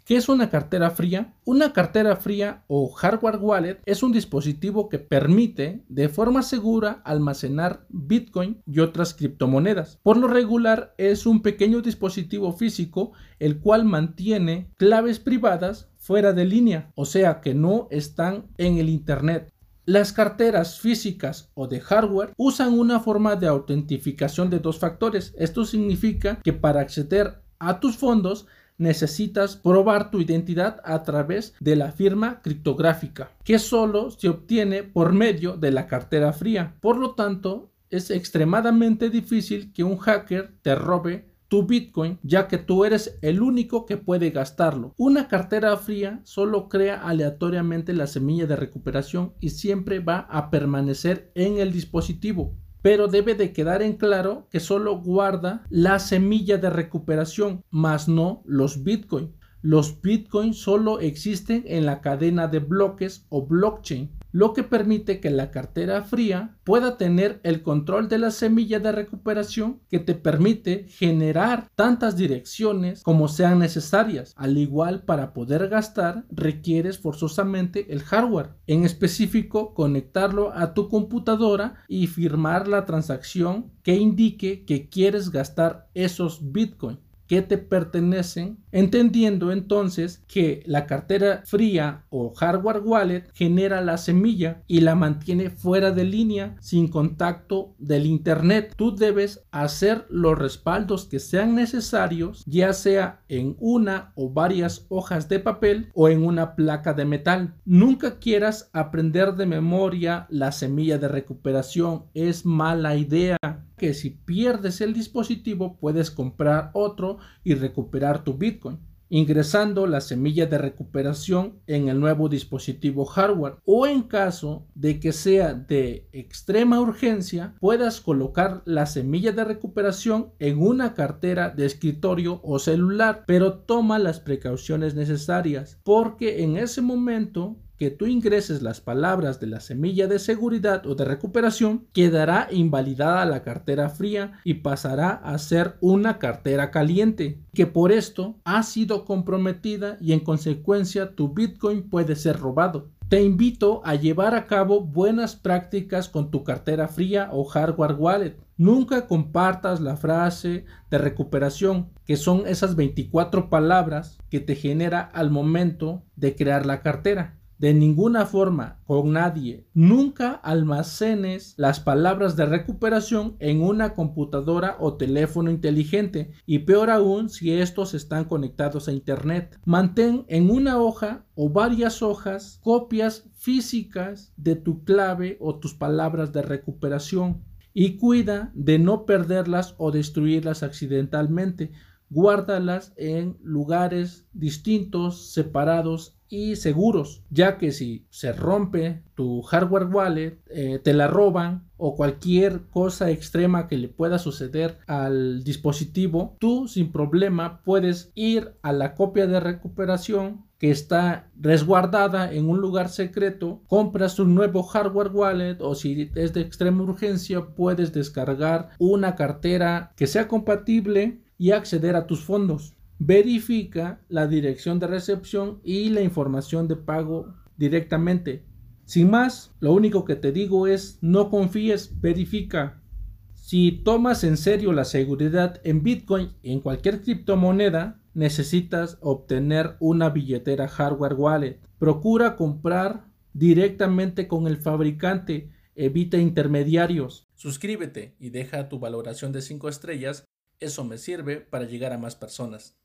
¿Qué es una cartera fría? Una cartera fría o hardware wallet es un dispositivo que permite de forma segura almacenar Bitcoin y otras criptomonedas. Por lo regular es un pequeño dispositivo físico el cual mantiene claves privadas fuera de línea, o sea que no están en el internet. Las carteras físicas o de hardware usan una forma de autentificación de dos factores. Esto significa que para acceder a tus fondos necesitas probar tu identidad a través de la firma criptográfica, que solo se obtiene por medio de la cartera fría. Por lo tanto, es extremadamente difícil que un hacker te robe tu Bitcoin, ya que tú eres el único que puede gastarlo. Una cartera fría solo crea aleatoriamente la semilla de recuperación y siempre va a permanecer en el dispositivo. Pero debe de quedar en claro que solo guarda la semilla de recuperación, más no los Bitcoin. Los Bitcoin solo existen en la cadena de bloques o blockchain, lo que permite que la cartera fría pueda tener el control de la semilla de recuperación que te permite generar tantas direcciones como sean necesarias. Al igual, para poder gastar requieres forzosamente el hardware, en específico conectarlo a tu computadora y firmar la transacción que indique que quieres gastar esos Bitcoin que te pertenecen, entendiendo entonces que la cartera fría o hardware wallet genera la semilla y la mantiene fuera de línea, sin contacto del internet. Tú debes hacer los respaldos que sean necesarios, ya sea en una o varias hojas de papel o en una placa de metal. Nunca quieras aprender de memoria la semilla de recuperación, es mala idea, que si pierdes el dispositivo puedes comprar otro y recuperar tu Bitcoin, ingresando la semilla de recuperación en el nuevo dispositivo hardware, o en caso de que sea de extrema urgencia puedas colocar la semilla de recuperación en una cartera de escritorio o celular, pero toma las precauciones necesarias, porque en ese momento que tú ingreses las palabras de la semilla de seguridad o de recuperación, quedará invalidada la cartera fría y pasará a ser una cartera caliente, que por esto ha sido comprometida y en consecuencia tu Bitcoin puede ser robado. Te invito a llevar a cabo buenas prácticas con tu cartera fría o hardware wallet. Nunca compartas la frase de recuperación, que son esas 24 palabras que te genera al momento de crear la cartera. De ninguna forma con nadie. Nunca almacenes las palabras de recuperación en una computadora o teléfono inteligente, y peor aún si estos están conectados a internet. Mantén en una hoja o varias hojas copias físicas de tu clave o tus palabras de recuperación, y cuida de no perderlas o destruirlas accidentalmente. Guárdalas en lugares distintos, separados y seguros, ya que si se rompe tu hardware wallet, te la roban o cualquier cosa extrema que le pueda suceder al dispositivo, tú sin problema puedes ir a la copia de recuperación que está resguardada en un lugar secreto, compras un nuevo hardware wallet, o si es de extrema urgencia puedes descargar una cartera que sea compatible y acceder a tus fondos. Verifica la dirección de recepción y la información de pago directamente. Sin más, lo único que te digo es no confíes, verifica. Si tomas en serio la seguridad en Bitcoin y en cualquier criptomoneda, necesitas obtener una billetera hardware wallet. Procura comprar directamente con el fabricante, evita intermediarios. Suscríbete y deja tu valoración de 5 estrellas, eso me sirve para llegar a más personas.